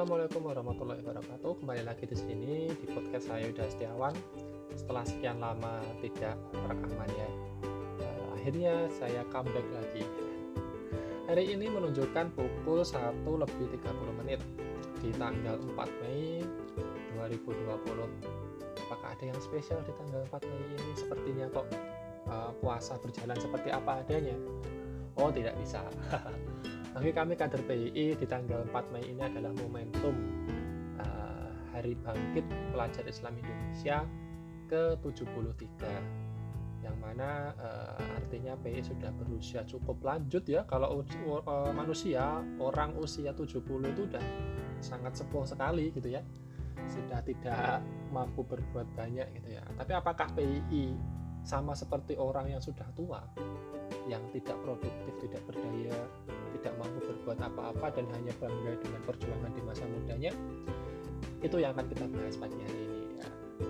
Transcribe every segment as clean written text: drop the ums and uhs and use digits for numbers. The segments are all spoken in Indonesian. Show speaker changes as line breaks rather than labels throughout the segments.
Assalamualaikum warahmatullahi wabarakatuh. Kembali lagi di sini di podcast saya Yuda Setiawan. Setelah sekian lama tidak rekaman ya, akhirnya saya comeback lagi. Hari ini menunjukkan pukul 1:30 di tanggal 4 Mei 2020. Apakah ada yang spesial di tanggal 4 Mei ini? Sepertinya kok puasa berjalan seperti apa adanya. Oh, tidak bisa. Bagi kami kader PII, di tanggal 4 Mei ini adalah momentum Hari Bangkit Pelajar Islam Indonesia ke-73, yang mana artinya PII sudah berusia cukup lanjut ya. Kalau manusia, orang usia 70 itu udah sangat sepuh sekali gitu ya, sudah tidak mampu berbuat banyak gitu ya. Tapi apakah PII sama seperti orang yang sudah tua, yang tidak produktif, tidak berdaya, tidak mampu berbuat apa-apa dan hanya bangga dengan perjuangan di masa mudanya? Itu yang akan kita bahas pagi hari ini ya.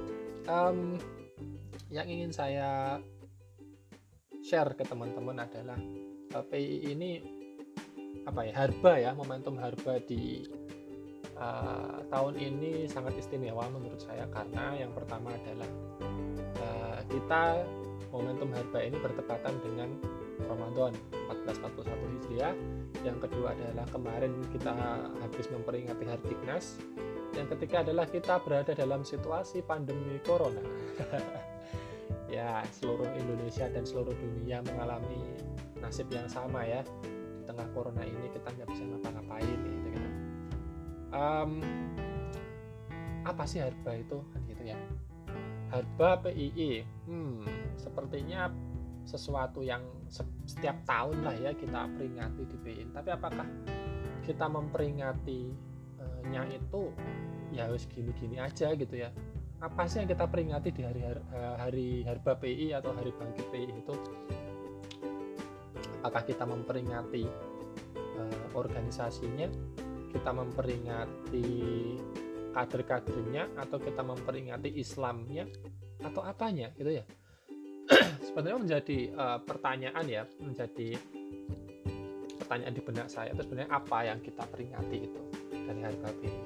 Yang ingin saya share ke teman-teman adalah PII ini harba ya, momentum harba di tahun ini sangat istimewa menurut saya, karena yang pertama adalah kita momentum harba ini bertepatan dengan Ramadan 1441 Hijriah. Yang kedua adalah kemarin kita habis memperingati Hardiknas. Yang ketiga adalah kita berada dalam situasi pandemi corona. Ya, seluruh Indonesia dan seluruh dunia mengalami nasib yang sama ya. Di tengah corona ini kita nggak bisa ngapa-ngapain gitu kan. Apa sih harba itu gitu ya? Harba PII, sepertinya sesuatu yang setiap tahun lah ya kita peringati di PII. Tapi apakah kita memperingatinya itu ya harus gini-gini aja gitu ya? Apa sih yang kita peringati di hari harba PII atau hari bangkit PII itu? Apakah kita memperingati organisasinya, kita memperingati kader-kadernya, atau kita memperingati Islamnya, atau apanya gitu ya? Sebenarnya menjadi pertanyaan ya, menjadi pertanyaan di benak saya itu sebenarnya apa yang kita peringati itu dari harga PII.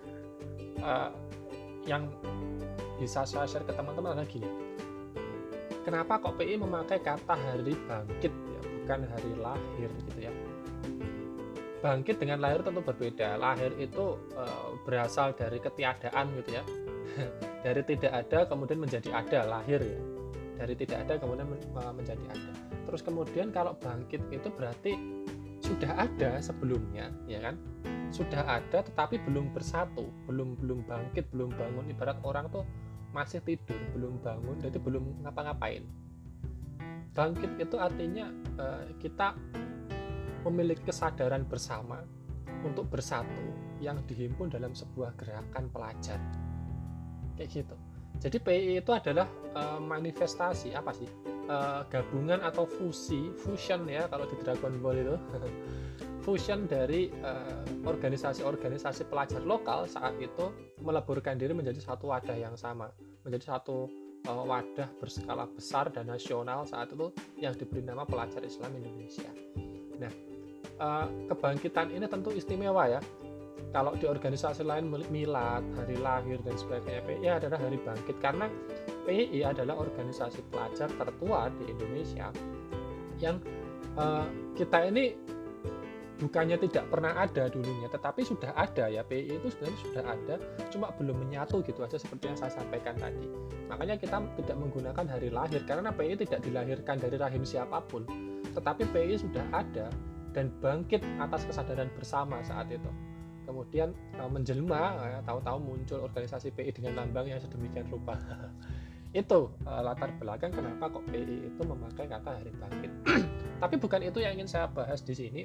Yang bisa saya share ke teman-teman adalah gini, kenapa kok PII memakai kata hari bangkit ya, bukan hari lahir gitu ya. Bangkit dengan lahir tentu berbeda. Lahir itu berasal dari ketiadaan gitu ya. Dari tidak ada kemudian menjadi ada, lahir ya. Dari tidak ada kemudian menjadi ada. Terus kemudian kalau bangkit itu berarti sudah ada sebelumnya, ya kan? Sudah ada tetapi belum bersatu, belum bangkit, belum bangun. Ibarat orang tuh masih tidur, belum bangun, jadi belum ngapa-ngapain. Bangkit itu artinya kita memiliki kesadaran bersama untuk bersatu yang dihimpun dalam sebuah gerakan pelajar kayak gitu. Jadi PII itu adalah manifestasi apa sih, gabungan atau fusion ya kalau di Dragon Ball itu fusion dari organisasi-organisasi pelajar lokal saat itu meleburkan diri menjadi satu wadah yang sama, menjadi satu wadah berskala besar dan nasional saat itu yang diberi nama Pelajar Islam Indonesia. Nah, kebangkitan ini tentu istimewa ya. Kalau di organisasi lain milad, hari lahir dan sebagainya, PII adalah hari bangkit karena PII adalah organisasi pelajar tertua di Indonesia yang kita ini bukannya tidak pernah ada dulunya, tetapi sudah ada ya. PII itu sebenarnya sudah ada, cuma belum menyatu gitu aja seperti yang saya sampaikan tadi. Makanya kita tidak menggunakan hari lahir karena PII tidak dilahirkan dari rahim siapapun, tetapi PII sudah ada dan bangkit atas kesadaran bersama saat itu. Kemudian menjelma, tahu-tahu muncul organisasi PII dengan lambang yang sedemikian rupa. Itu latar belakang kenapa kok PII itu memakai kata hari bangkit. Tapi bukan itu yang ingin saya bahas di sini,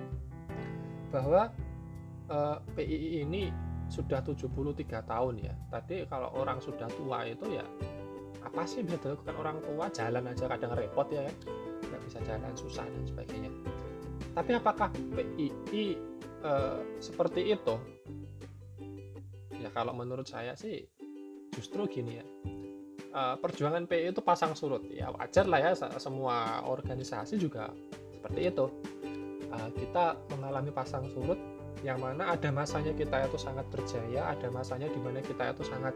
bahwa PII ini sudah 73 tahun ya. Tadi kalau orang sudah tua itu ya apa sih bisa dilakukan orang tua? Jalan aja kadang repot ya kan, nggak bisa jalan, susah dan sebagainya. Tapi apakah PII seperti itu? Ya kalau menurut saya sih justru gini ya, perjuangan PII itu pasang surut ya, wajar lah ya, semua organisasi juga seperti itu. Kita mengalami pasang surut yang mana ada masanya kita itu sangat berjaya, ada masanya di mana kita itu sangat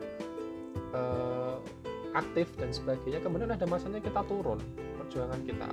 eh, aktif dan sebagainya, kemudian ada masanya kita turun, perjuangan kita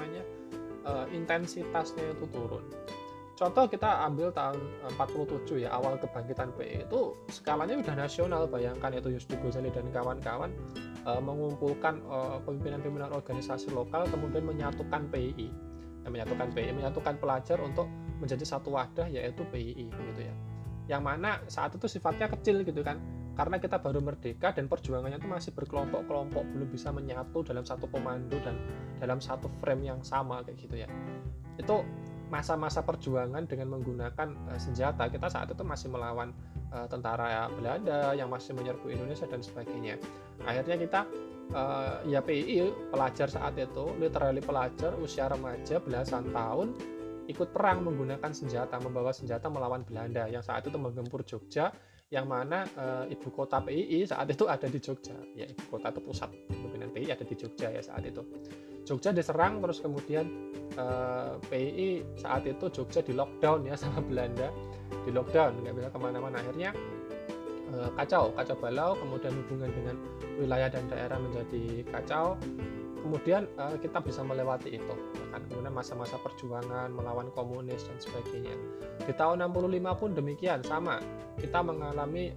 intensitasnya itu turun. Contoh kita ambil tahun 47 ya, awal kebangkitan PI itu skalanya udah nasional. Bayangkan itu Yusdi Gozali dan kawan-kawan mengumpulkan pimpinan-pimpinan organisasi lokal, kemudian menyatukan PII, menyatukan pelajar untuk menjadi satu wadah, yaitu PII gitu ya. Yang mana saat itu sifatnya kecil gitu kan, karena kita baru merdeka dan perjuangannya itu masih berkelompok-kelompok, belum bisa menyatu dalam satu komando dan dalam satu frame yang sama kayak gitu ya. Itu masa-masa perjuangan dengan menggunakan senjata. Kita saat itu masih melawan tentara Belanda yang masih menyerbu Indonesia dan sebagainya. Akhirnya kita ya PII pelajar saat itu, literally pelajar usia remaja belasan tahun, ikut perang menggunakan senjata, membawa senjata melawan Belanda yang saat itu menggempur Jogja, yang mana ibu kota PII saat itu ada di Jogja. Ya, ibu kota atau pusat pimpinan PII ada di Jogja ya saat itu. Jogja diserang, terus kemudian PII saat itu Jogja di lockdown ya sama Belanda, di lockdown, nggak bisa kemana-mana. Akhirnya kacau balau, kemudian hubungan dengan wilayah dan daerah menjadi kacau. Kemudian kita bisa melewati itu, kan? Kemudian masa-masa perjuangan melawan komunis dan sebagainya. Di tahun 65 pun demikian, sama. Kita mengalami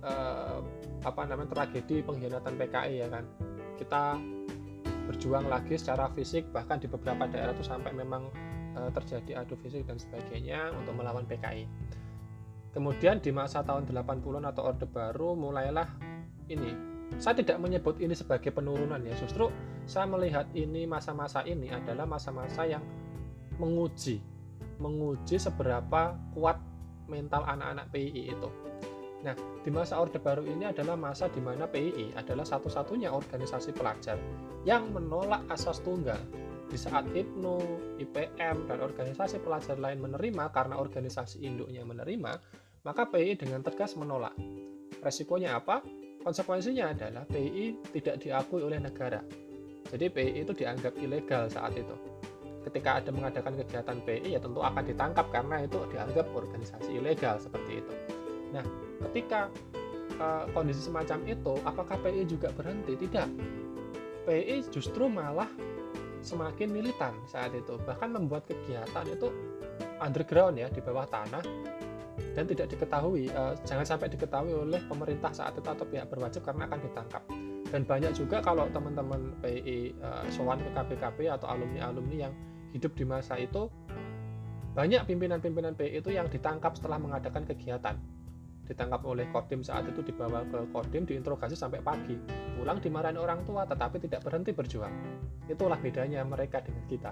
tragedi pengkhianatan PKI ya kan. Kita berjuang lagi secara fisik, bahkan di beberapa daerah itu sampai memang terjadi adu fisik dan sebagainya untuk melawan PKI. Kemudian di masa tahun 80-an atau Orde Baru mulailah ini. Saya tidak menyebut ini sebagai penurunan ya, justru saya melihat ini masa-masa ini adalah masa-masa yang menguji seberapa kuat mental anak-anak PII itu. Nah, di masa Orde Baru ini adalah masa di mana PII adalah satu-satunya organisasi pelajar yang menolak asas tunggal. Di saat IPNU, IPM, dan organisasi pelajar lain menerima karena organisasi induknya menerima, maka PII dengan tegas menolak. Resikonya apa? Konsekuensinya adalah PII tidak diakui oleh negara. Jadi PII itu dianggap ilegal saat itu. Ketika ada mengadakan kegiatan PII ya tentu akan ditangkap karena itu dianggap organisasi ilegal seperti itu. Nah, ketika kondisi semacam itu, apakah PII juga berhenti? Tidak. PII justru malah semakin militan saat itu, bahkan membuat kegiatan itu underground ya, di bawah tanah, dan tidak diketahui, jangan sampai diketahui oleh pemerintah saat itu atau pihak berwajib karena akan ditangkap. Dan banyak juga kalau teman-teman PII sowan ke KPKP atau alumni-alumni yang hidup di masa itu, banyak pimpinan-pimpinan PII itu yang ditangkap setelah mengadakan kegiatan. Ditangkap oleh Kodim saat itu, dibawa ke Kodim, diinterogasi sampai pagi, pulang dimarahin orang tua tetapi tidak berhenti berjuang. Itulah bedanya mereka dengan kita.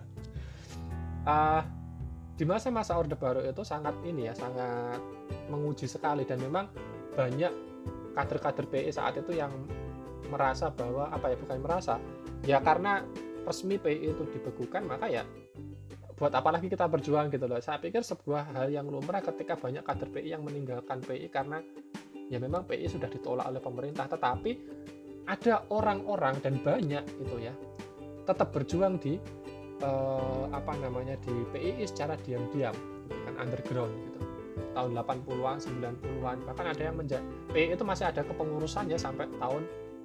Di masa-masa Orde Baru itu sangat menguji sekali, dan memang banyak kader-kader PII saat itu yang merasa bahwa karena resmi PII itu dibekukan, maka ya buat apa lagi kita berjuang gitu loh. Saya pikir sebuah hal yang lumrah ketika banyak kader PII yang meninggalkan PII karena ya memang PII sudah ditolak oleh pemerintah, tetapi ada orang-orang dan banyak itu ya tetap berjuang di di PII secara diam-diam, kan underground gitu. Tahun 80-an, 90-an, bahkan ada yang PII itu masih ada kepengurusannya sampai tahun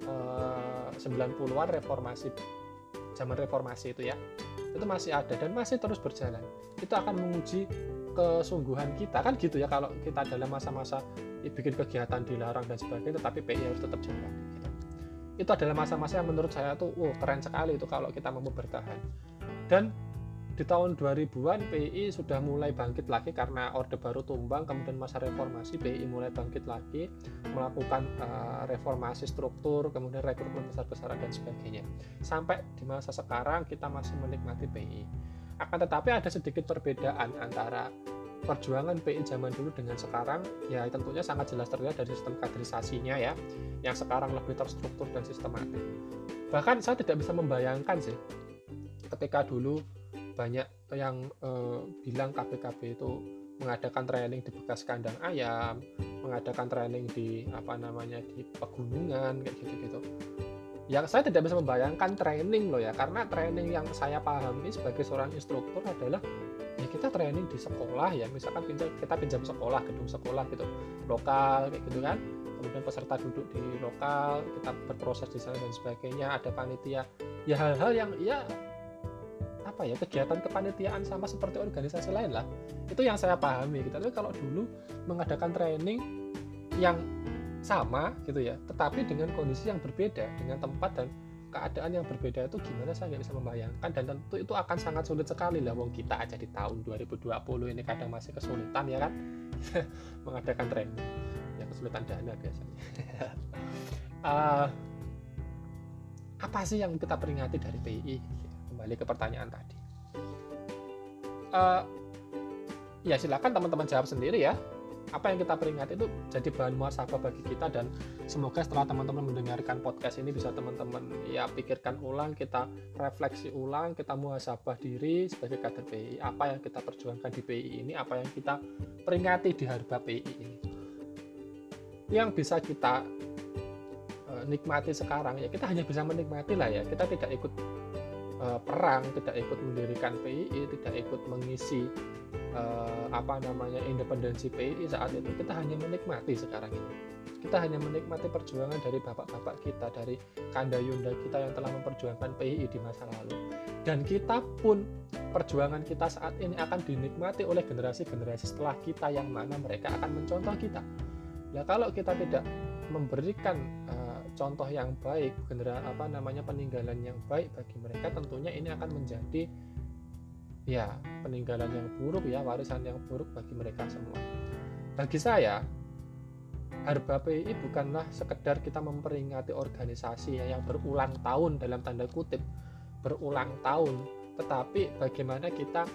90-an reformasi, zaman reformasi itu ya. Itu masih ada dan masih terus berjalan. Itu akan menguji kesungguhan kita, kan gitu ya, kalau kita dalam masa-masa bikin kegiatan dilarang dan sebagainya, tetapi PII harus tetap jalan gitu. Itu adalah masa-masa yang menurut saya tuh keren sekali itu kalau kita mampu bertahan. Dan di tahun 2000-an PII sudah mulai bangkit lagi karena Orde Baru tumbang, kemudian masa reformasi PII mulai bangkit lagi, melakukan reformasi struktur, kemudian rekrutmen besar-besaran dan sebagainya. Sampai di masa sekarang kita masih menikmati PII. Akan tetapi ada sedikit perbedaan antara perjuangan PII zaman dulu dengan sekarang, ya tentunya sangat jelas terlihat dari sistem kaderisasinya ya, yang sekarang lebih terstruktur dan sistematis. Bahkan saya tidak bisa membayangkan sih, ketika dulu banyak yang bilang KPKB itu mengadakan training di bekas kandang ayam, mengadakan training di di pegunungan kayak gitu-gitu. Yang saya tidak bisa membayangkan training loh ya, karena training yang saya pahami sebagai seorang instruktur adalah ya kita training di sekolah ya, misalkan kita pinjam sekolah, gedung sekolah gitu, lokal kayak gitu kan, kemudian peserta duduk di lokal, kita berproses di sana dan sebagainya, ada panitia, ya hal-hal yang ya apa ya, kegiatan kepanitiaan sama seperti organisasi lain lah, itu yang saya pahami gitu. Tapi kalau dulu mengadakan training yang sama gitu ya, tetapi dengan kondisi yang berbeda, dengan tempat dan keadaan yang berbeda, itu gimana saya nggak bisa membayangkan, dan tentu itu akan sangat sulit sekali lah, wong kita aja di tahun 2020 ini kadang masih kesulitan ya kan mengadakan training, ya kesulitan dana biasanya. Apa sih yang kita peringati dari PII? Kembali ke pertanyaan tadi. Ya silakan teman-teman jawab sendiri ya. Apa yang kita peringati itu jadi bahan muhasabah bagi kita, dan semoga setelah teman-teman mendengarkan podcast ini bisa teman-teman ya pikirkan ulang, kita refleksi ulang, kita muhasabah diri sebagai kader PII, apa yang kita perjuangkan di PII ini, apa yang kita peringati di Harba PII ini. Yang bisa kita nikmati sekarang ya kita hanya bisa menikmati lah ya, kita tidak ikut perang, tidak ikut mendirikan PII, tidak ikut mengisi independensi PII saat itu. Kita hanya menikmati sekarang ini. Kita hanya menikmati perjuangan dari bapak-bapak kita, dari kanda yunda kita yang telah memperjuangkan PII di masa lalu. Dan kita pun, perjuangan kita saat ini akan dinikmati oleh generasi-generasi setelah kita, yang mana mereka akan mencontoh kita. Nah, kalau kita tidak memberikan contoh yang baik, peninggalan yang baik bagi mereka, tentunya ini akan menjadi ya peninggalan yang buruk ya, warisan yang buruk bagi mereka semua. Bagi saya, Harba PII bukanlah sekedar kita memperingati organisasi yang berulang tahun, dalam tanda kutip berulang tahun, tetapi bagaimana kita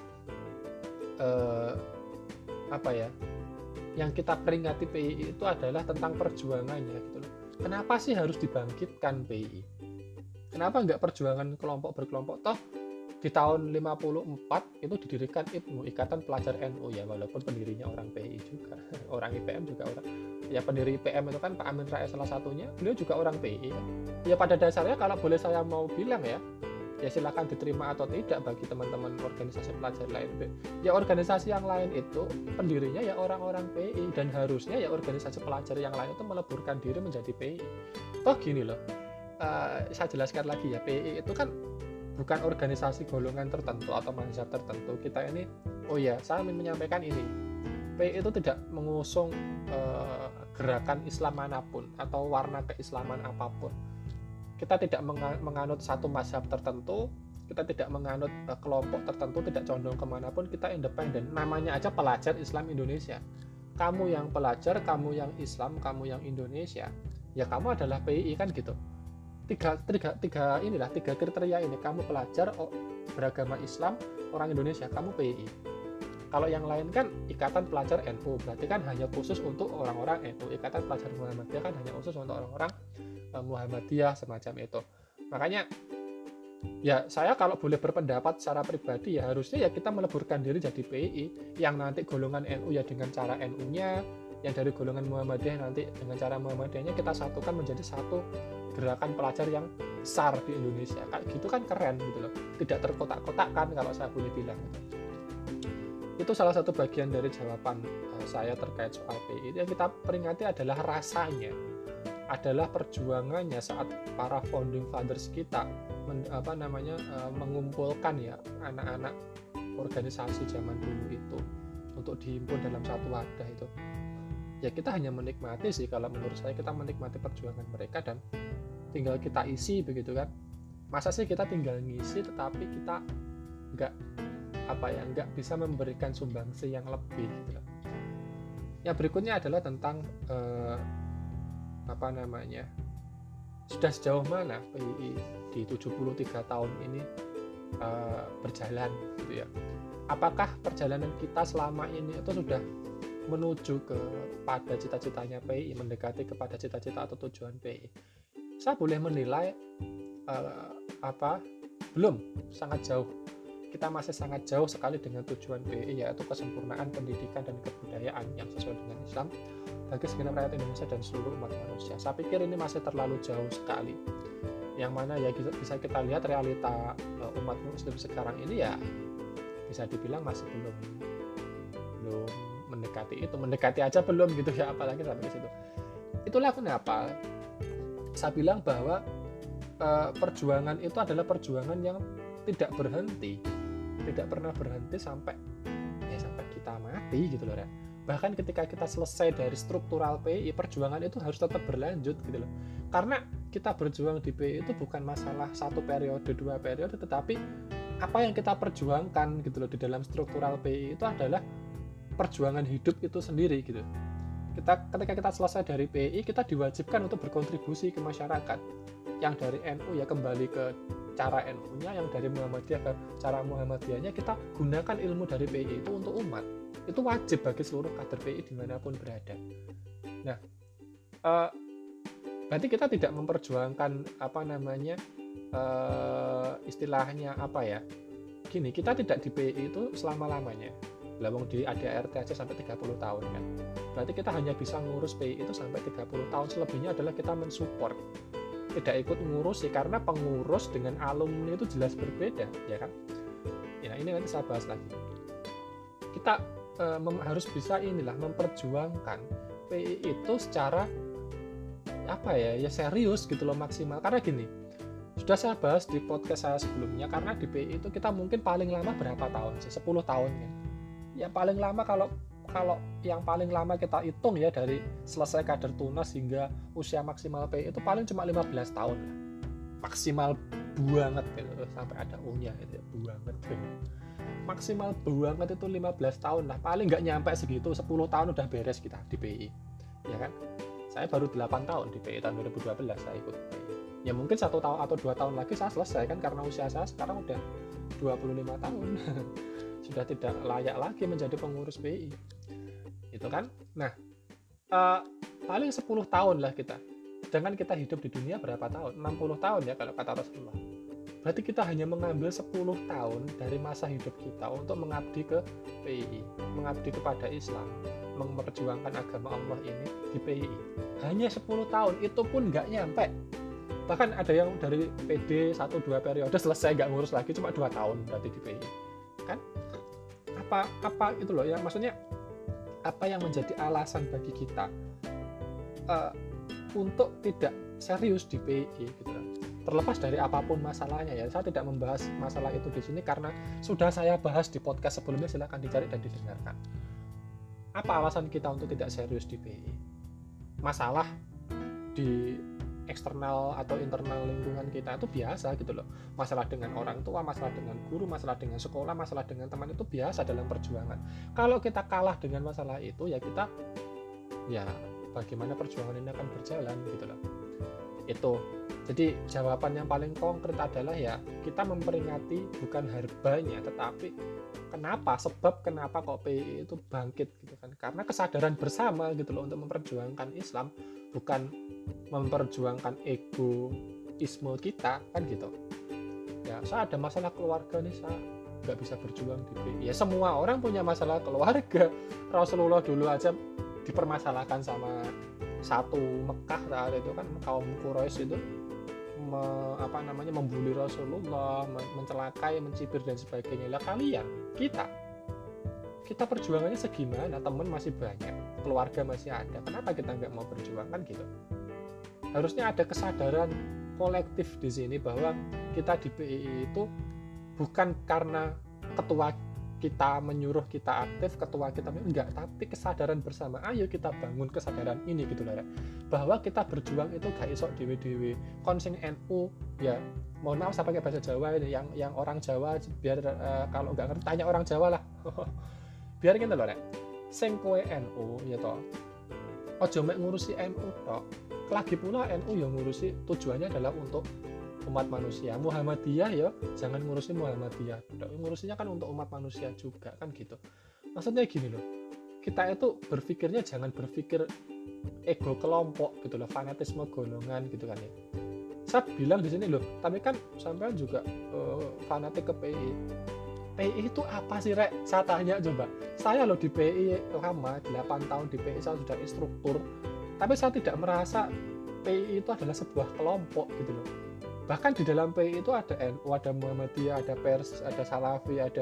yang kita peringati PII itu adalah tentang perjuangannya gitu loh. Kenapa sih harus dibangkitkan PII? Kenapa nggak perjuangan kelompok berkelompok? Toh di tahun 54 itu didirikan IPNU, Ikatan Pelajar NU ya, walaupun pendirinya orang PII juga, orang IPM juga orang. Ya pendiri IPM itu kan Pak Amin Rais salah satunya, beliau juga orang PII. Ya pada dasarnya kalau boleh saya mau bilang ya silakan diterima atau tidak bagi teman-teman organisasi pelajar lain. Ya organisasi yang lain itu pendirinya ya orang-orang PII, dan harusnya ya organisasi pelajar yang lain itu meleburkan diri menjadi PII. Toh gini loh, saya jelaskan lagi ya, PII itu kan bukan organisasi golongan tertentu atau mazhab tertentu. Kita ini, saya ingin menyampaikan ini, PII itu tidak mengusung gerakan Islam manapun atau warna keislaman apapun. Kita tidak menganut satu mazhab tertentu, kita tidak menganut kelompok tertentu, tidak condong kemanapun, kita independen. Namanya aja Pelajar Islam Indonesia. Kamu yang pelajar, kamu yang Islam, kamu yang Indonesia, ya kamu adalah PII kan gitu. Tiga kriteria ini, kamu pelajar, beragama Islam, orang Indonesia, kamu PII. Kalau yang lain kan Ikatan Pelajar NU, berarti kan hanya khusus untuk orang-orang NU. Ikatan Pelajar Muhammadiyah kan hanya khusus untuk orang-orang Muhammadiyah, semacam itu. Makanya ya saya kalau boleh berpendapat secara pribadi ya harusnya ya kita meleburkan diri jadi PII, yang nanti golongan NU ya dengan cara NU-nya, yang dari golongan Muhammadiyah nanti dengan cara Muhammadiyahnya, kita satukan menjadi satu gerakan pelajar yang besar di Indonesia. Kayak gitu kan keren gitu loh, tidak terkotak-kotakkan kalau saya boleh bilang. Itu salah satu bagian dari jawaban saya terkait soal PII. Yang kita peringati adalah rasanya, adalah perjuangannya saat para founding fathers kita mengumpulkan ya anak-anak organisasi zaman dulu itu untuk dihimpun dalam satu wadah itu. Ya kita hanya menikmati sih, kalau menurut saya kita menikmati perjuangan mereka dan tinggal kita isi begitu kan. Masa sih kita tinggal ngisi tetapi kita nggak bisa memberikan sumbangsi yang lebih gitu loh. Yang berikutnya adalah tentang sudah sejauh mana PII di 73 tahun ini berjalan gitu ya. Apakah perjalanan kita selama ini itu sudah menuju kepada cita-citanya PII, mendekati kepada cita-cita atau tujuan PII? Saya boleh menilai belum, sangat jauh. Kita masih sangat jauh sekali dengan tujuan PII, yaitu kesempurnaan pendidikan dan kebudayaan yang sesuai dengan Islam bagi segenap rakyat Indonesia dan seluruh umat manusia. Saya pikir ini masih terlalu jauh sekali. Yang mana ya bisa kita lihat realita umat muslim sekarang ini ya bisa dibilang masih belum mendekati aja belum gitu ya, apalagi sampai ke situ. Itulah kenapa saya bilang bahwa perjuangan itu adalah perjuangan yang tidak pernah berhenti sampai kita mati gitu loh ya. Bahkan ketika kita selesai dari struktural PI, perjuangan itu harus tetap berlanjut gitu loh. Karena kita berjuang di PI itu bukan masalah 1 periode, 2 periode, tetapi apa yang kita perjuangkan gitu loh di dalam struktural PI itu adalah perjuangan hidup itu sendiri gitu. Ketika kita selesai dari PI, kita diwajibkan untuk berkontribusi ke masyarakat. Yang dari NU ya kembali ke cara NU-nya, yang dari Muhammadiyah ke cara Muhammadiyahnya, kita gunakan ilmu dari PI itu untuk umat. Itu wajib bagi seluruh kader PI dimanapun berada. Nah, berarti kita tidak memperjuangkan istilahnya apa ya? Gini, kita tidak di PI itu selama-lamanya. Lawang di ADART aja sampai 30 tahun kan. Berarti kita hanya bisa ngurus PI itu sampai 30 tahun. Selebihnya adalah kita mensupport. Tidak ikut ngurus sih, karena pengurus dengan alumni itu jelas berbeda, ya kan? Ya, ini nanti saya bahas lagi. Kita harus bisa memperjuangkan PI itu secara serius gitu loh, maksimal. Karena gini, sudah saya bahas di podcast saya sebelumnya, karena di PI itu kita mungkin paling lama berapa tahun sih? 10 tahun kan. Ya paling lama kalau yang paling lama kita hitung ya dari selesai kader tunas hingga usia maksimal PI itu paling cuma 15 tahun lah. Maksimal banget gitu, sampai ada U-nya gitu ya, banget gitu. Maksimal banget itu 15 tahun lah, paling nggak nyampe segitu, 10 tahun udah beres kita di PI, ya kan? Saya baru 8 tahun di PI, tahun 2012 saya ikut PI. Ya mungkin 1 tahun atau 2 tahun lagi saya selesai kan, karena usia saya sekarang udah 25 tahun. Sudah tidak layak lagi menjadi pengurus PI. Itu kan? Nah, paling 10 tahun lah kita. Sedangkan kita hidup di dunia berapa tahun? 60 tahun ya kalau kata Rasulullah. Berarti kita hanya mengambil 10 tahun dari masa hidup kita untuk mengabdi ke PI, mengabdi kepada Islam, memperjuangkan agama Allah ini di PI. Hanya 10 tahun, itu pun nggak nyampe. Bahkan ada yang dari PD 1-2 periode selesai nggak ngurus lagi, cuma 2 tahun berarti di PI. Kan? Apa itu loh ya, maksudnya apa yang menjadi alasan bagi kita untuk tidak serius di PI gitu. Terlepas dari apapun masalahnya ya, saya tidak membahas masalah itu di sini karena sudah saya bahas di podcast sebelumnya, silakan dicari dan didengarkan. Apa alasan kita untuk tidak serius di PI? Masalah di eksternal atau internal lingkungan kita itu biasa gitu loh. Masalah dengan orang tua, masalah dengan guru, masalah dengan sekolah, masalah dengan teman itu biasa dalam perjuangan. Kalau kita kalah dengan masalah itu ya kita, ya bagaimana perjuangan ini akan berjalan gitu loh. Itu. Jadi jawaban yang paling konkret adalah ya kita memperingati bukan harbanya, tetapi sebab kenapa kok PI itu bangkit gitu kan. Karena kesadaran bersama gitu loh untuk memperjuangkan Islam, bukan memperjuangkan egoisme kita kan gitu. Ya saya ada masalah keluarga nih, saya nggak bisa berjuang di PI. Ya semua orang punya masalah keluarga. Rasulullah dulu aja dipermasalahkan sama satu Mekah saat itu kan, kaum Quraisy itu membuli Rasulullah, mencelakai, mencibir dan sebagainya. Lah kalian, kita perjuangannya segimana? Teman masih banyak, keluarga masih ada. Kenapa kita nggak mau berjuang kan gitu? Harusnya ada kesadaran kolektif di sini bahwa kita di PI itu bukan karena ketua kita menyuruh kita aktif, ketua kita enggak, tapi kesadaran bersama. Ayo kita bangun kesadaran ini gitu loh ya. Bahwa kita berjuang itu gak iso dewe-dewe. Konsing NU ya, mohon maaf saya pakai bahasa Jawa ini, yang orang Jawa biar kalau nggak ngerti tanya orang Jawa lah. Biar gitu loh ya. Sing kowe NU ya toh. Ojo mek ngurusi NU tok. Lagi pula NU yang ngurusi tujuannya adalah untuk umat manusia. Muhammadiyah ya jangan ngurusin Muhammadiyah, ngurusinya kan untuk umat manusia juga kan gitu. Maksudnya gini loh, kita itu berpikirnya jangan berpikir ego kelompok gitu loh, fanatisme golongan gitu kan ya. Saya bilang di sini loh, tapi kan sampean juga fanatik ke PI. PI itu apa sih rek? Saya tanya coba. Saya loh di PI lama, 8 tahun di PI saya sudah instruktur, tapi saya tidak merasa PI itu adalah sebuah kelompok gitu loh. Bahkan di dalam PI itu ada NU, ada Muhammadiyah, ada Pers, ada Salafi, ada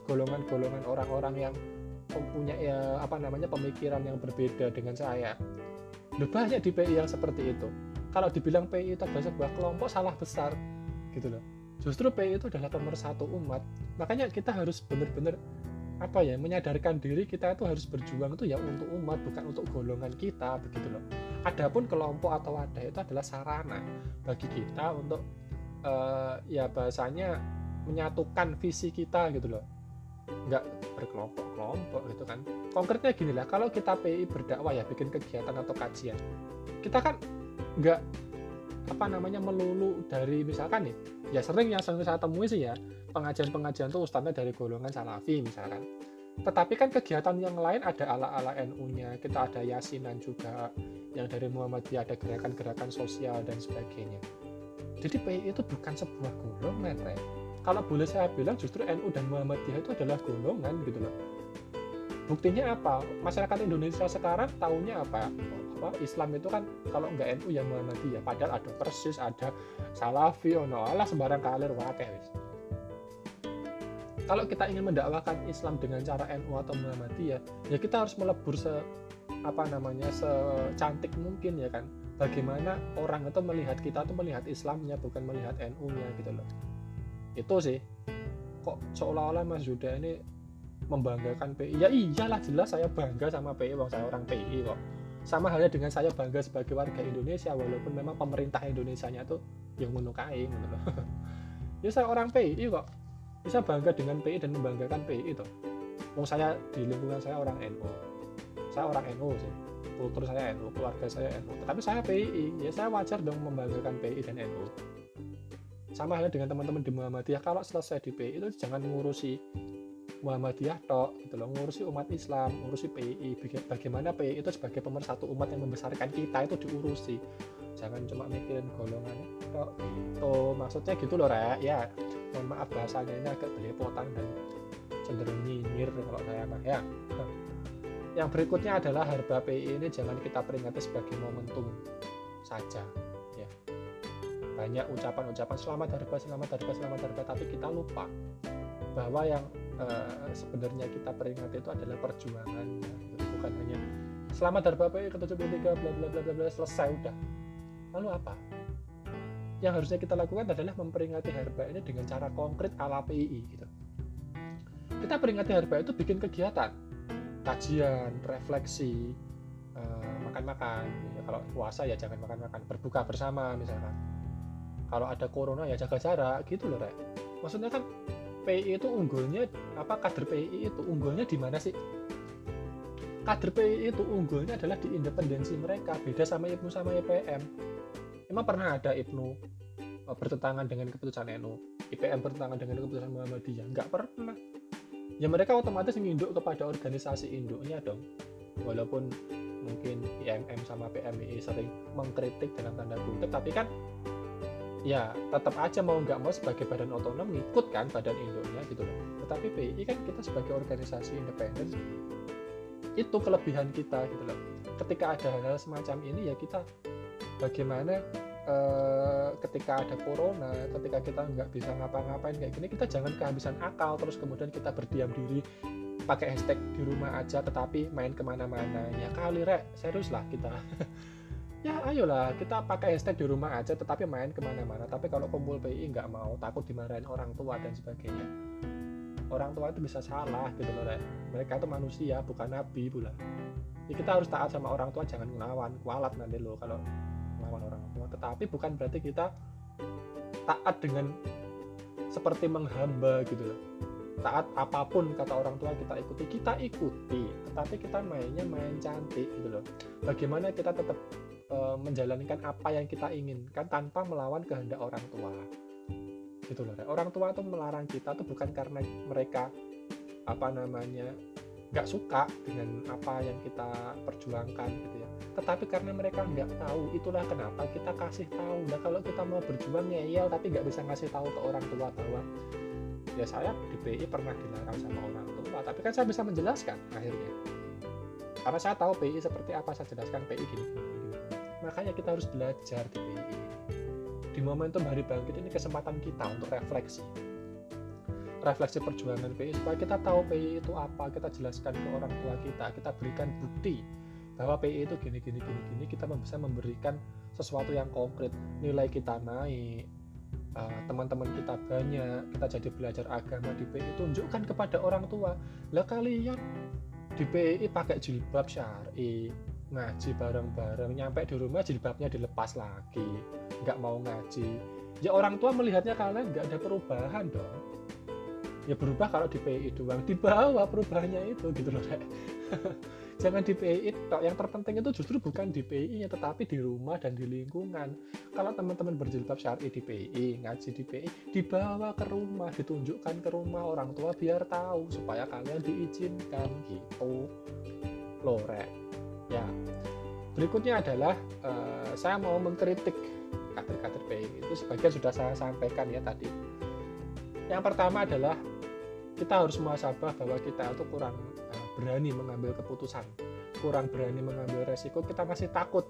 golongan-golongan orang-orang yang punya pemikiran yang berbeda dengan saya. Banyak di PI yang seperti itu. Kalau dibilang PI itu adalah sebuah kelompok, salah besar gitu loh. Justru PI itu adalah pemersatu umat. Makanya kita harus benar-benar menyadarkan diri kita itu harus berjuang itu ya untuk umat, bukan untuk golongan kita, begitu loh. Adapun kelompok atau wadah itu adalah sarana bagi kita untuk bahasanya menyatukan visi kita gitu loh, nggak berkelompok-kelompok gitu kan. Konkretnya gini lah, kalau kita PI berdakwah ya, bikin kegiatan atau kajian, kita kan nggak melulu dari misalkan nih, ya sering yang saya temui sih ya, pengajian tuh ustadznya dari golongan salafi misalkan. Tetapi kan kegiatan yang lain ada ala-ala NU-nya, kita ada yasinan juga, yang dari Muhammadiyah ada gerakan-gerakan sosial dan sebagainya. Jadi PI itu bukan sebuah golongan, Kalau boleh saya bilang justru NU dan Muhammadiyah itu adalah golongan gitu loh. Buktinya apa? Masyarakat Indonesia sekarang taunya apa? Islam itu kan kalau nggak NU ya Muhammadiyah. Padahal ada persis, ada Salafi, sembarang kalir wakeh wis. Kalau kita ingin mendakwakan Islam dengan cara NU atau Muhammadiyah, ya kita harus melebur secantik mungkin ya kan. Bagaimana orang itu melihat kita tuh melihat Islamnya, bukan melihat NU-nya gitu loh. Itu sih. Kok seolah-olah Mas Yuda ini membanggakan PI? Ya iyalah, jelas saya bangga sama PI, saya orang PI kok. Sama halnya dengan saya bangga sebagai warga Indonesia, walaupun memang pemerintah Indonesianya tuh yang menukai gitu loh. Ya saya orang PI kok. Bisa bangga dengan PI dan membanggakan PI itu. Saya di lingkungan saya orang NU. Saya orang NU sih. Kultur saya NU, keluarga saya NU, tetapi saya PI, ya saya wajar dong membanggakan PI dan NU. Sama halnya dengan teman-teman di Muhammadiyah, kalau selesai di PI itu jangan ngurusi Muhammadiyah tok gitu loh, ngurusi umat Islam, ngurusi PI, bagaimana PI itu sebagai pemersatu umat yang membesarkan kita itu diurusi, jangan cuma mikirin golongannya tok. Maksudnya gitu loh ya, mohon maaf bahasanya ini agak belepotan dan cenderung nyinyir kalau saya mah ya. Yang berikutnya adalah harba PI ini jangan kita peringati sebagai momentum saja ya. Banyak ucapan-ucapan selamat harba, tapi kita lupa bahwa yang sebenarnya kita peringati itu adalah perjuangan, bukan hanya selamat harba PI ke-73 bla bla bla bla selesai udah. Lalu apa? Yang harusnya kita lakukan adalah memperingati harba ini dengan cara konkret ala PI gitu. Kita peringati harba itu bikin kegiatan, kajian, refleksi, makan-makan. Ya, kalau puasa ya jangan makan-makan, berbuka bersama misalkan. Kalau ada corona ya jaga jarak gitu loh, Maksudnya kan PI itu unggulnya kader PI itu unggulnya di mana sih? Kader PI itu unggulnya adalah di independensi mereka, beda sama IPNU sama IPM. Emang pernah ada IPNU bertentangan dengan keputusan NU, IPM bertentangan dengan keputusan Muhammadiyah? Enggak pernah. Ya mereka otomatis nginduk kepada organisasi induknya dong, walaupun mungkin IMM sama PMI sering mengkritik dalam tanda kutip, tapi kan ya tetap aja mau nggak mau sebagai badan otonom ngikut kan badan induknya gitu loh. Tetapi PI kan kita sebagai organisasi independen, itu kelebihan kita gitu loh. Ketika ada hal-hal semacam ini ya kita bagaimana ketika ada corona, ketika kita nggak bisa ngapa-ngapain kayak gini, kita jangan kehabisan akal terus kemudian kita berdiam diri pakai hashtag di rumah aja tetapi main kemana-mana. Ya kali serius lah kita. Ya ayolah kita pakai hashtag di rumah aja tetapi main kemana-mana. Tapi kalau kumpul PI nggak mau, takut dimarahin orang tua dan sebagainya. Orang tua itu bisa salah gitu loh, mereka itu manusia bukan nabi pula. Ya, kita harus taat sama orang tua, jangan ngelawan, kualat nanti loh kalau melawan orang tua. Tetapi bukan berarti kita taat dengan seperti menghamba gitu loh. Taat apapun kata orang tua kita ikuti, tetapi kita mainnya main cantik gitu loh. Bagaimana kita tetap menjalankan apa yang kita inginkan tanpa melawan kehendak orang tua gitu loh. Orang tua tuh melarang kita tuh bukan karena mereka nggak suka dengan apa yang kita perjuangkan gitu ya, tetapi karena mereka nggak tahu. Itulah kenapa kita kasih tahu. Nah kalau kita mau berjuang ngeyel tapi nggak bisa ngasih tahu ke orang tua bahwa ya saya di PI pernah dilarang sama orang tua, tapi kan saya bisa menjelaskan akhirnya karena saya tahu PI seperti apa, saya jelaskan PI gini. Makanya kita harus belajar di PI. Di momentum Hari Bangkit ini kesempatan kita untuk refleksi. refleksi perjuangan PI supaya kita tahu PI itu apa, kita jelaskan ke orang tua kita berikan bukti bahwa PI itu gini, kita bisa memberikan sesuatu yang konkret, nilai kita naik, teman-teman kita banyak, kita jadi belajar agama di PI, tunjukkan kepada orang tua. Lah kalian di PI pakai jilbab syar'i, ngaji bareng-bareng, nyampe di rumah jilbabnya dilepas lagi, nggak mau ngaji. Ya orang tua melihatnya kalian nggak ada perubahan dong. Ya berubah kalau di PI doang, di bawah perubahannya itu gitu loh. Jangan di PI tok, yang terpenting itu justru bukan di PI-nya tetapi di rumah dan di lingkungan. Kalau teman-teman berjilbab syar'i di PI, ngaji di PI, dibawa ke rumah, ditunjukkan ke rumah orang tua biar tahu supaya kalian diizinkan gitu loh, Rek. Ya, berikutnya adalah saya mau mengkritik kader-kader PI itu, sebagian sudah saya sampaikan ya tadi. Yang pertama adalah kita harus muhasabah bahwa kita itu kurang berani mengambil keputusan, kurang berani mengambil resiko. Kita masih takut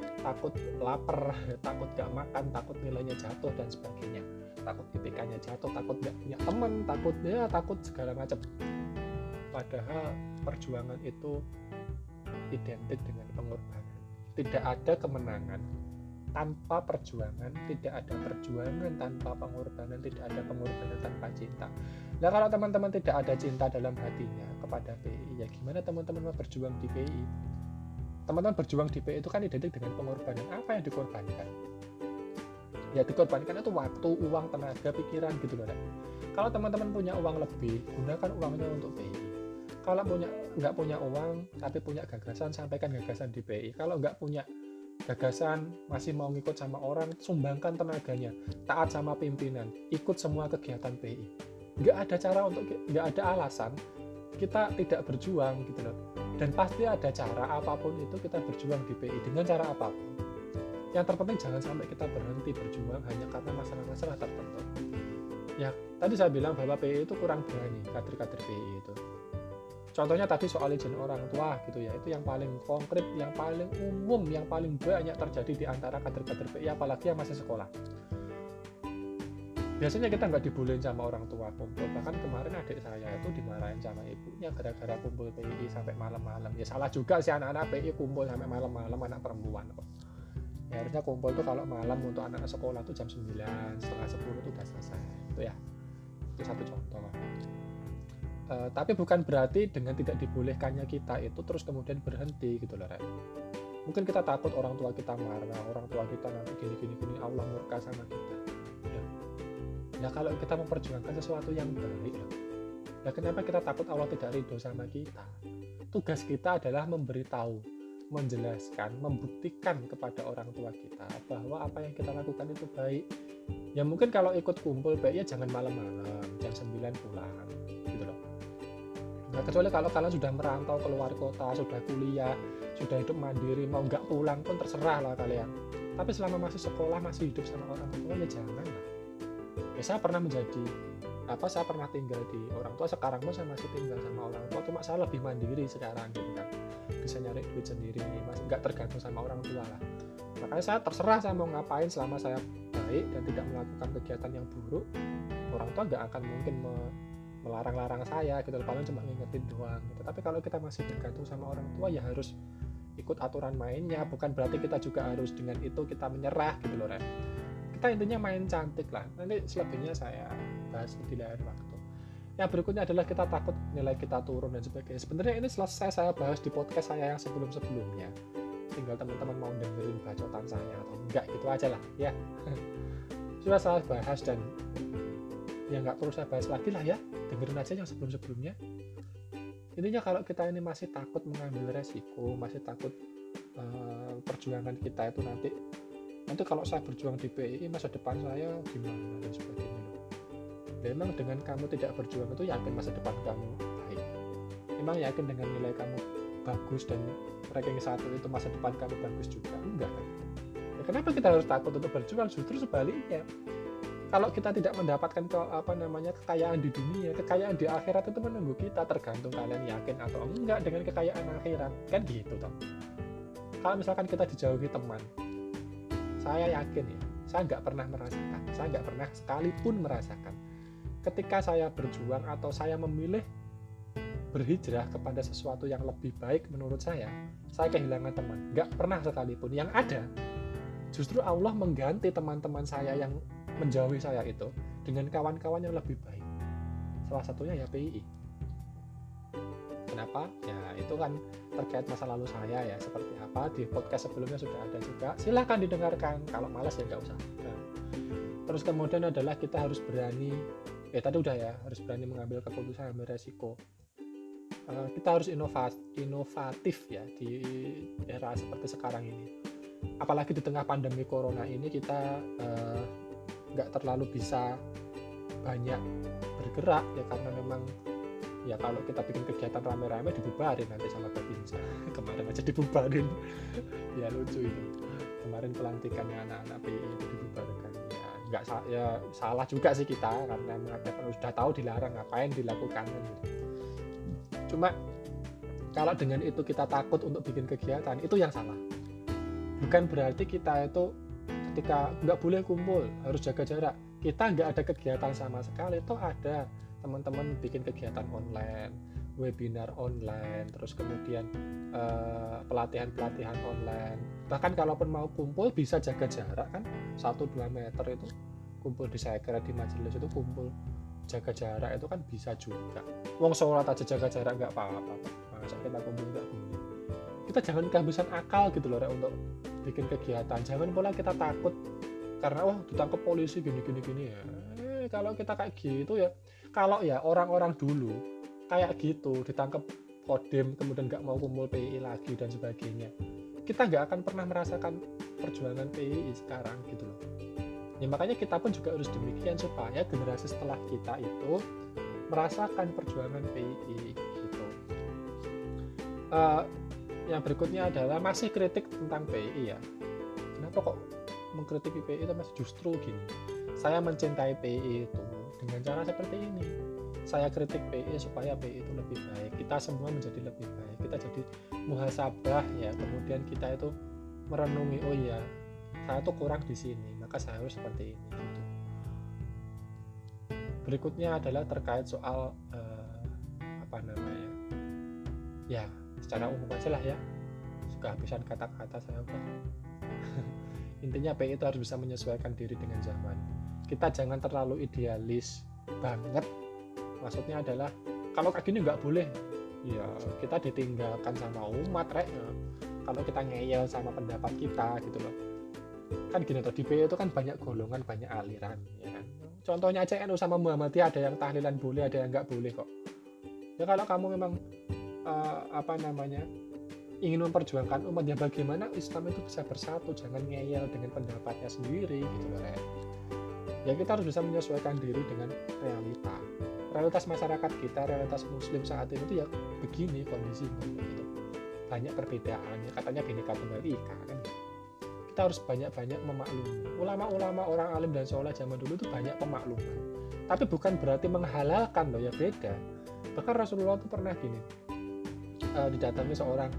lapar, takut gak makan, takut nilainya jatuh dan sebagainya, takut IPK-nya jatuh, takut gak punya teman, takut segala macam. Padahal perjuangan itu identik dengan pengorbanan. Tidak ada kemenangan tanpa perjuangan, tidak ada perjuangan tanpa pengorbanan, tidak ada pengorbanan tanpa cinta. Nah kalau teman-teman tidak ada cinta dalam hatinya kepada PI, ya gimana teman-teman mau berjuang di PI? Teman-teman berjuang di PI itu kan identik dengan pengorbanan. Apa yang dikorbankan? Ya dikorbankan itu waktu, uang, tenaga, pikiran gitu loh. Kalau teman-teman punya uang lebih, gunakan uangnya untuk PI. Kalau nggak punya uang tapi punya gagasan, sampaikan gagasan di PI. Kalau nggak punya gagasan, masih mau ngikut sama orang, sumbangkan tenaganya, taat sama pimpinan, ikut semua kegiatan PI. Nggak ada alasan kita tidak berjuang gitu loh. Dan pasti ada cara, apapun itu kita berjuang di PI dengan cara apapun. Yang terpenting jangan sampai kita berhenti berjuang hanya karena masalah-masalah tertentu. Ya, tadi saya bilang bahwa PI itu kurang berani, kader-kader PI itu. Contohnya tadi soal izin orang tua gitu ya, itu yang paling konkret, yang paling umum, yang paling banyak terjadi di antara kader-kader PI, apalagi yang masih sekolah. Biasanya kita nggak dibolehin sama orang tua kumpul. Bahkan kemarin adik saya itu dimarahin sama ibunya gara-gara kumpul PI sampai malam-malam. Ya salah juga sih anak-anak PI kumpul sampai malam-malam, anak perempuan kok. Ya harusnya kumpul tuh kalau malam untuk anak sekolah tuh jam 9, setengah 10 tuh udah selesai. Itu ya, itu satu contoh. Tapi bukan berarti dengan tidak dibolehkannya kita itu terus kemudian berhenti gitu loh, Rek. Mungkin kita takut orang tua kita marah, orang tua kita nanti gini, Allah murka sama kita. Ya kalau kita memperjuangkan sesuatu yang baik loh, ya kenapa kita takut Allah tidak ridho sama kita? Tugas kita adalah memberitahu, menjelaskan, membuktikan kepada orang tua kita bahwa apa yang kita lakukan itu baik. Ya mungkin kalau ikut kumpul baik ya jangan malam-malam, jam 9 pulang gitu loh. Nah, kecuali kalau kalian sudah merantau keluar kota, sudah kuliah, sudah hidup mandiri, mau nggak pulang pun terserah lah kalian. Tapi selama masih sekolah, masih hidup sama orang tua, ya jangan lah. Ya saya pernah saya pernah tinggal di orang tua, sekarang pun saya masih tinggal sama orang tua, cuma saya lebih mandiri sekarang gitu kan. Bisa nyari duit sendiri, masih nggak tergantung sama orang tua lah. Makanya saya terserah saya mau ngapain selama saya baik dan tidak melakukan kegiatan yang buruk, orang tua nggak akan mungkin melarang-larang saya gitu, paling cuma ngingetin doang gitu. Tapi kalau kita masih bergantung sama orang tua ya harus ikut aturan mainnya, bukan berarti kita juga harus dengan itu kita menyerah gitu loh, Ren. Kita intinya main cantik lah, nanti selebihnya saya bahas di lain waktu. Yang berikutnya adalah kita takut nilai kita turun dan sebagainya. Sebenarnya ini selesai saya bahas di podcast saya yang sebelum-sebelumnya, tinggal teman-teman mau dengerin bacotan saya atau enggak gitu aja lah ya. Sudah saya bahas dan ya nggak perlu saya bahas lagi lah ya, dengerin aja yang sebelum-sebelumnya. Intinya kalau kita ini masih takut mengambil resiko, masih takut perjuangan kita itu nanti kalau saya berjuang di PI masa depan saya gimana dan sebagainya. Memang dengan kamu tidak berjuang itu yakin masa depan kamu baik? Memang yakin dengan nilai kamu bagus dan ranking 1 itu masa depan kamu bagus juga? Enggak kan? Ya, kenapa kita harus takut untuk berjuang? Justru sebaliknya. Kalau kita tidak mendapatkan kekayaan di dunia, kekayaan di akhirat itu menunggu kita, tergantung kalian yakin atau enggak dengan kekayaan akhirat, kan gitu toh. Kalau misalkan kita dijauhi teman, saya yakin ya, saya nggak pernah merasakan, saya nggak pernah sekalipun merasakan ketika saya berjuang atau saya memilih berhijrah kepada sesuatu yang lebih baik menurut saya kehilangan teman. Nggak pernah sekalipun. Yang ada, justru Allah mengganti teman-teman saya yang menjauhi saya itu dengan kawan-kawan yang lebih baik. Salah satunya ya PII. Kenapa? Ya itu kan terkait masa lalu saya ya, seperti apa di podcast sebelumnya sudah ada juga. Silahkan didengarkan, kalau malas ya nggak usah. Nah, terus kemudian adalah kita harus berani, tadi udah ya, harus berani mengambil keputusan, ambil resiko. Kita harus inovatif ya di era seperti sekarang ini. Apalagi di tengah pandemi corona ini kita nggak terlalu bisa banyak bergerak ya, karena memang ya kalau kita bikin kegiatan rame-rame dibubarin nanti sama Babinsa. Kemarin aja dibubarin. Ya lucu itu. Kemarin pelantikannya anak-anak PI itu dibubarkan. Ya nggak ya salah juga sih kita, karena mengadakan sudah tahu dilarang, ngapain dilakukan gitu. Cuma kalau dengan itu kita takut untuk bikin kegiatan, itu yang salah. Bukan berarti kita itu ketika nggak boleh kumpul, harus jaga jarak. Kita nggak ada kegiatan sama sekali. Itu ada teman-teman bikin kegiatan online, webinar online, terus kemudian pelatihan-pelatihan online. Bahkan kalaupun mau kumpul bisa jaga jarak kan, 1-2 meter itu kumpul di sekret, di majelis itu kumpul jaga jarak itu kan bisa juga. Wong sholat aja jaga jarak nggak apa-apa. Masa kita kumpul nggak boleh? Kita jangan kehabisan akal gitu loh untuk bikin kegiatan. Jangan pula kita takut karena wah ditangkap polisi gini ya. Kalau kita kayak gitu ya, kalau ya orang-orang dulu kayak gitu ditangkap Kodim kemudian nggak mau kumpul PII lagi dan sebagainya, kita nggak akan pernah merasakan perjuangan PII sekarang gitu loh. Ya makanya kita pun juga harus demikian supaya generasi setelah kita itu merasakan perjuangan PII gitu. Yang berikutnya adalah masih kritik tentang PII ya. Kenapa kok mengkritik PII itu masih justru gini? Saya mencintai PII itu dengan cara seperti ini. Saya kritik PII supaya PII itu lebih baik. Kita semua menjadi lebih baik. Kita jadi muhasabah ya. Kemudian kita itu merenungi, oh iya, saya tuh kurang di sini, maka saya harus seperti ini. Gitu. Berikutnya adalah terkait soal ya secara umum aja lah ya. Kehabisan kata-kata saya udah. Intinya PII itu harus bisa menyesuaikan diri dengan zaman. Kita jangan terlalu idealis banget. Maksudnya adalah kalau kayak gini nggak boleh, ya kita ditinggalkan sama umat rek. Kalau kita ngeyel sama pendapat kita gitu loh. Kan gini tuh, di PII itu kan banyak golongan, banyak aliran ya kan. Contohnya aja NU sama Muhammadiyah, ada yang tahlilan boleh, ada yang nggak boleh kok. Ya kalau kamu memang ingin memperjuangkan umat, ya bagaimana Islam itu bisa bersatu, jangan ngeyel dengan pendapatnya sendiri gitu loh rek. Ya kita harus bisa menyesuaikan diri dengan realitas masyarakat kita, realitas muslim saat ini tuh ya begini kondisinya gitu. Banyak perbedaannya, katanya Bhinneka Tunggal Ika kan. Kita harus banyak-banyak memaklumi. Ulama-ulama, orang alim dan soleh zaman dulu itu banyak pemakluman. Tapi bukan berarti menghalalkan loh, ya beda. Bahkan Rasulullah itu pernah gini, didatangi seorang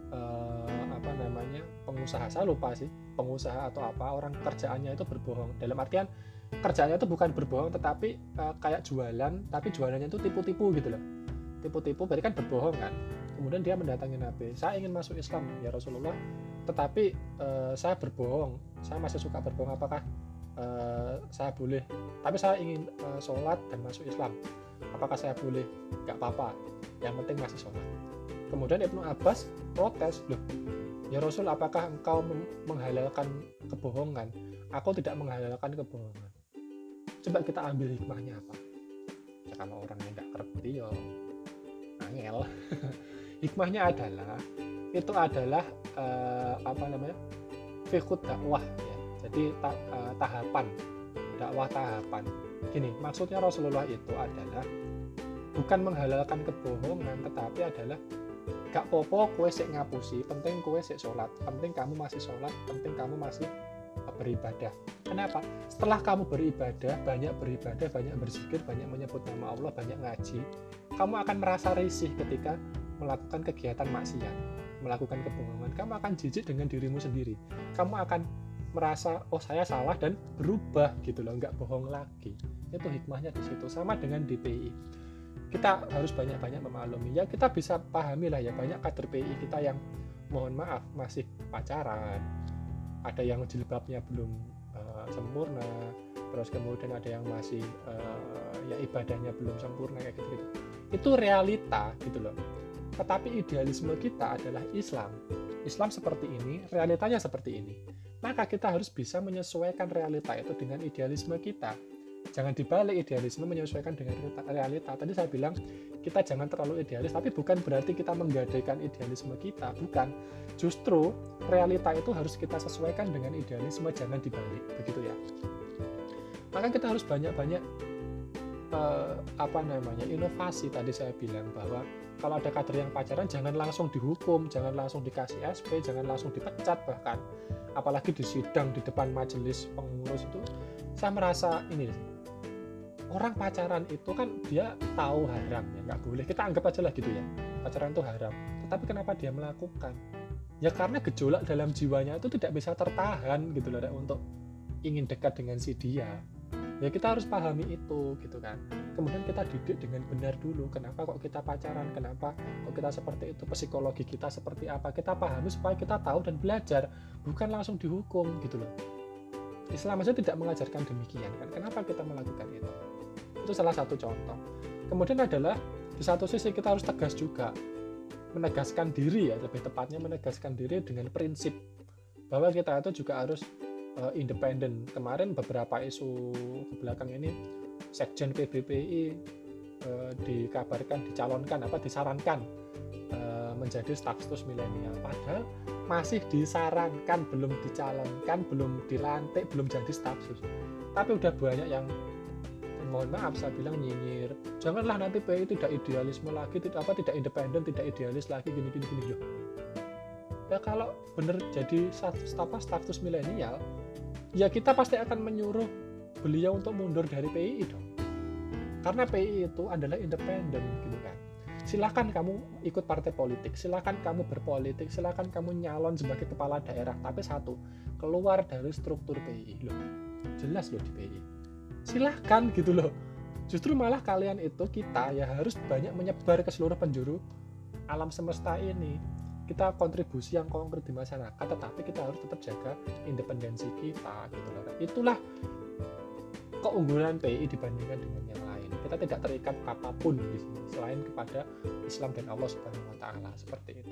pengusaha, saya lupa sih pengusaha atau apa, orang kerjaannya itu berbohong. Dalam artian kerjaannya itu bukan berbohong tetapi kayak jualan, tapi jualannya itu tipu-tipu gitu loh. Tipu-tipu berarti kan berbohong kan. Kemudian dia mendatangi Nabi, saya ingin masuk Islam ya Rasulullah, tetapi saya berbohong, saya masih suka berbohong, apakah saya boleh, tapi saya ingin sholat dan masuk Islam, apakah saya boleh? Gak apa-apa, yang penting masih sholat. Kemudian Ibnu Abbas protes, loh ya Rasul, apakah engkau menghalalkan kebohongan? Aku tidak menghalalkan kebohongan. Coba kita ambil hikmahnya apa? Ya kalau orang yang nggak ngerti ya angel. Hikmahnya adalah itu adalah fiqhut dakwah ya. Jadi dakwah tahapan. Gini, maksudnya Rasulullah itu adalah bukan menghalalkan kebohongan, tetapi adalah gak popo kowe sik ngapusi, penting kowe sik sholat, penting kamu masih sholat, penting kamu masih beribadah. Kenapa? Setelah kamu beribadah, banyak berzikir, banyak menyebut nama Allah, banyak ngaji, kamu akan merasa risih ketika melakukan kegiatan maksiat, melakukan kebohongan. Kamu akan jijik dengan dirimu sendiri. Kamu akan merasa, oh saya salah, dan berubah gitu loh, nggak bohong lagi. Itu hikmahnya di situ. Sama dengan di PI, kita harus banyak-banyak memaklumi. Ya kita bisa pahami lah ya, banyak kader PI kita yang mohon maaf masih pacaran, ada yang jilbabnya belum sempurna, terus kemudian ada yang masih ya ibadahnya belum sempurna kayak gitu-gitu. Itu realita gitu loh. Tetapi idealisme kita adalah Islam. Islam seperti ini, realitanya seperti ini. Maka kita harus bisa menyesuaikan realita itu dengan idealisme kita. Jangan dibalik, idealisme menyesuaikan dengan realita. Tadi saya bilang kita jangan terlalu idealis, tapi bukan berarti kita menggadaikan idealisme kita, bukan. Justru realita itu harus kita sesuaikan dengan idealisme, jangan dibalik, begitu ya. Maka kita harus banyak-banyak inovasi. Tadi saya bilang bahwa kalau ada kader yang pacaran jangan langsung dihukum, jangan langsung dikasih SP, jangan langsung dipecat bahkan. Apalagi di sidang di depan majelis pengurus itu, saya merasa ini, orang pacaran itu kan dia tahu haram ya, nggak boleh, kita anggap aja lah gitu ya, pacaran itu haram, tetapi kenapa dia melakukan? Ya karena gejolak dalam jiwanya itu tidak bisa tertahan gitu loh, untuk ingin dekat dengan si dia. Ya kita harus pahami itu gitu kan. Kemudian kita didik dengan benar dulu, kenapa kok kita pacaran, kenapa kok kita seperti itu, psikologi kita seperti apa, kita pahami supaya kita tahu dan belajar, bukan langsung dihukum gitu loh. Islam aja tidak mengajarkan demikian kan, kenapa kita melakukan itu? Itu salah satu contoh. Kemudian adalah di satu sisi kita harus tegas juga, menegaskan diri ya, lebih tepatnya menegaskan diri dengan prinsip bahwa kita itu juga harus independen. Kemarin beberapa isu ke belakang ini, Sekjen PBPI dikabarkan disarankan menjadi staf sus milenial, padahal masih disarankan, belum dicalonkan, belum dilantik, belum jadi staf sus. Tapi udah banyak yang mohon maaf saya bilang nyinyir, janganlah nanti PI tidak idealisme lagi, tidak independen, tidak idealis lagi, gini loh. Ya kalau benar jadi status milenial, ya kita pasti akan menyuruh beliau untuk mundur dari PI dong. Karena PI itu adalah independen gitu kan. Silakan kamu ikut partai politik, silakan kamu berpolitik, silakan kamu nyalon sebagai kepala daerah, tapi satu, keluar dari struktur PI loh. Jelas loh di PI. Silakan gitu loh. Justru malah kalian itu, kita ya harus banyak menyebar ke seluruh penjuru alam semesta ini. Kita kontribusi yang konkret di masyarakat, tetapi kita harus tetap jaga independensi kita gitu loh. Itulah keunggulan PI dibandingkan dengan yang lain. Kita tidak terikat apapun di sini selain kepada Islam dan Allah Subhanahu wa taala, seperti itu.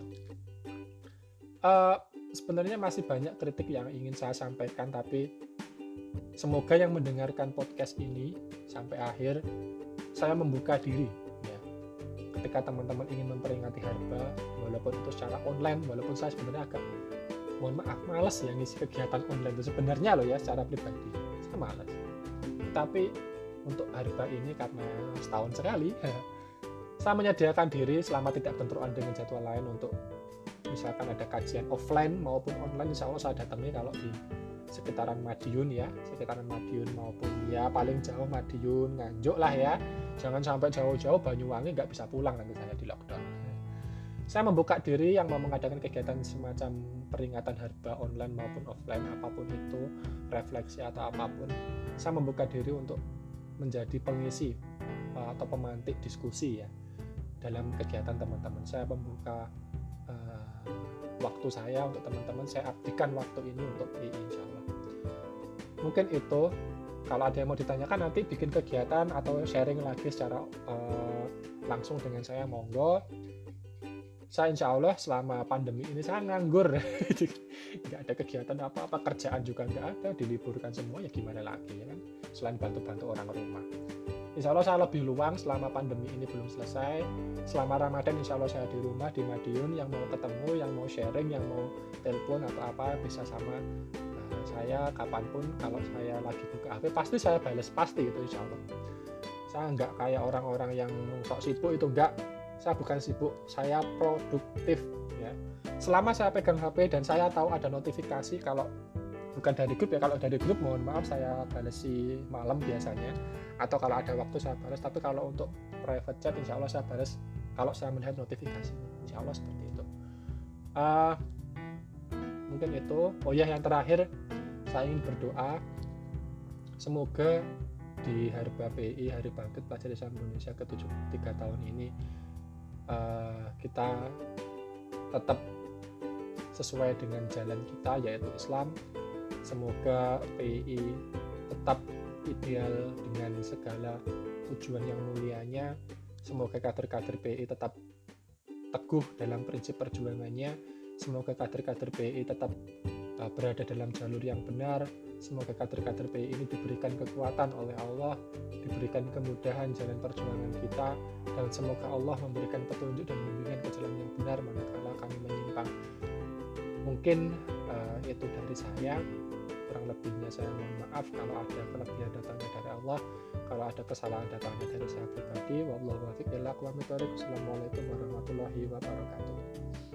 Sebenarnya masih banyak kritik yang ingin saya sampaikan, tapi semoga yang mendengarkan podcast ini sampai akhir, saya membuka diri ya. Ketika teman-teman ingin memperingati Harba, walaupun itu secara online, walaupun saya sebenarnya agak mohon maaf malas ya ngisi kegiatan online itu sebenarnya loh ya, secara pribadi saya malas. Tapi untuk Harba ini karena setahun sekali saya menyediakan diri selama tidak bentrokan dengan jadwal lain untuk misalkan ada kajian offline maupun online, insya Allah saya datangi kalau di sekitaran Madiun ya, sekitaran Madiun maupun ya paling jauh Madiun, Nganjuk lah ya, jangan sampai jauh-jauh Banyuwangi nggak bisa pulang nanti saya di lockdown. Saya membuka diri yang mau mengadakan kegiatan semacam peringatan Harba online maupun offline, apapun itu, refleksi atau apapun, saya membuka diri untuk menjadi pengisi atau pemantik diskusi ya dalam kegiatan teman-teman. Saya membuka waktu saya untuk teman-teman, saya abdikan waktu ini untuk PI insya Allah. Mungkin itu, kalau ada yang mau ditanyakan nanti bikin kegiatan atau sharing lagi secara langsung dengan saya, monggo. Saya insya Allah selama pandemi ini saya nganggur, nggak ada kegiatan apa-apa, kerjaan juga nggak ada, diliburkan semua, ya gimana lagi ya kan, selain bantu-bantu orang rumah. Insya Allah saya lebih luang selama pandemi ini belum selesai. Selama Ramadan insya Allah saya di rumah di Madiun, yang mau ketemu, yang mau sharing, yang mau telepon atau apa bisa sama saya kapanpun. Kalau saya lagi buka HP pasti saya balas, pasti itu insya Allah. Saya nggak kayak orang-orang yang sok sibuk itu, enggak. Saya bukan sibuk, saya produktif ya. Selama saya pegang HP dan saya tahu ada notifikasi, kalau bukan dari grup ya, kalau dari grup mohon maaf saya balesi malam biasanya, atau kalau ada waktu saya balas. Tapi kalau untuk private chat insya Allah saya balas kalau saya melihat notifikasi, insya Allah seperti itu. Mungkin itu. Oh ya, yang terakhir saya ingin berdoa semoga di Harba PI, Hari Bangkit Pelajar Islam Indonesia ke-73 tahun ini kita tetap sesuai dengan jalan kita, yaitu Islam. Semoga PI tetap ideal dengan segala tujuan yang mulianya. Semoga kader-kader PI tetap teguh dalam prinsip perjuangannya. Semoga kader-kader PI tetap berada dalam jalur yang benar. Semoga kader-kader PI ini diberikan kekuatan oleh Allah, diberikan kemudahan jalan perjuangan kita, dan semoga Allah memberikan petunjuk dan bimbingan ke jalan yang benar manakala kami menyimpang. Mungkin itu dari saya. Kurang lebihnya saya mohon maaf. Kalau ada kelebihan datangnya dari Allah, kalau ada kesalahan datangnya dari saya pribadi. Wallahu a'lam bishawab. Assalamualaikum warahmatullahi wabarakatuh.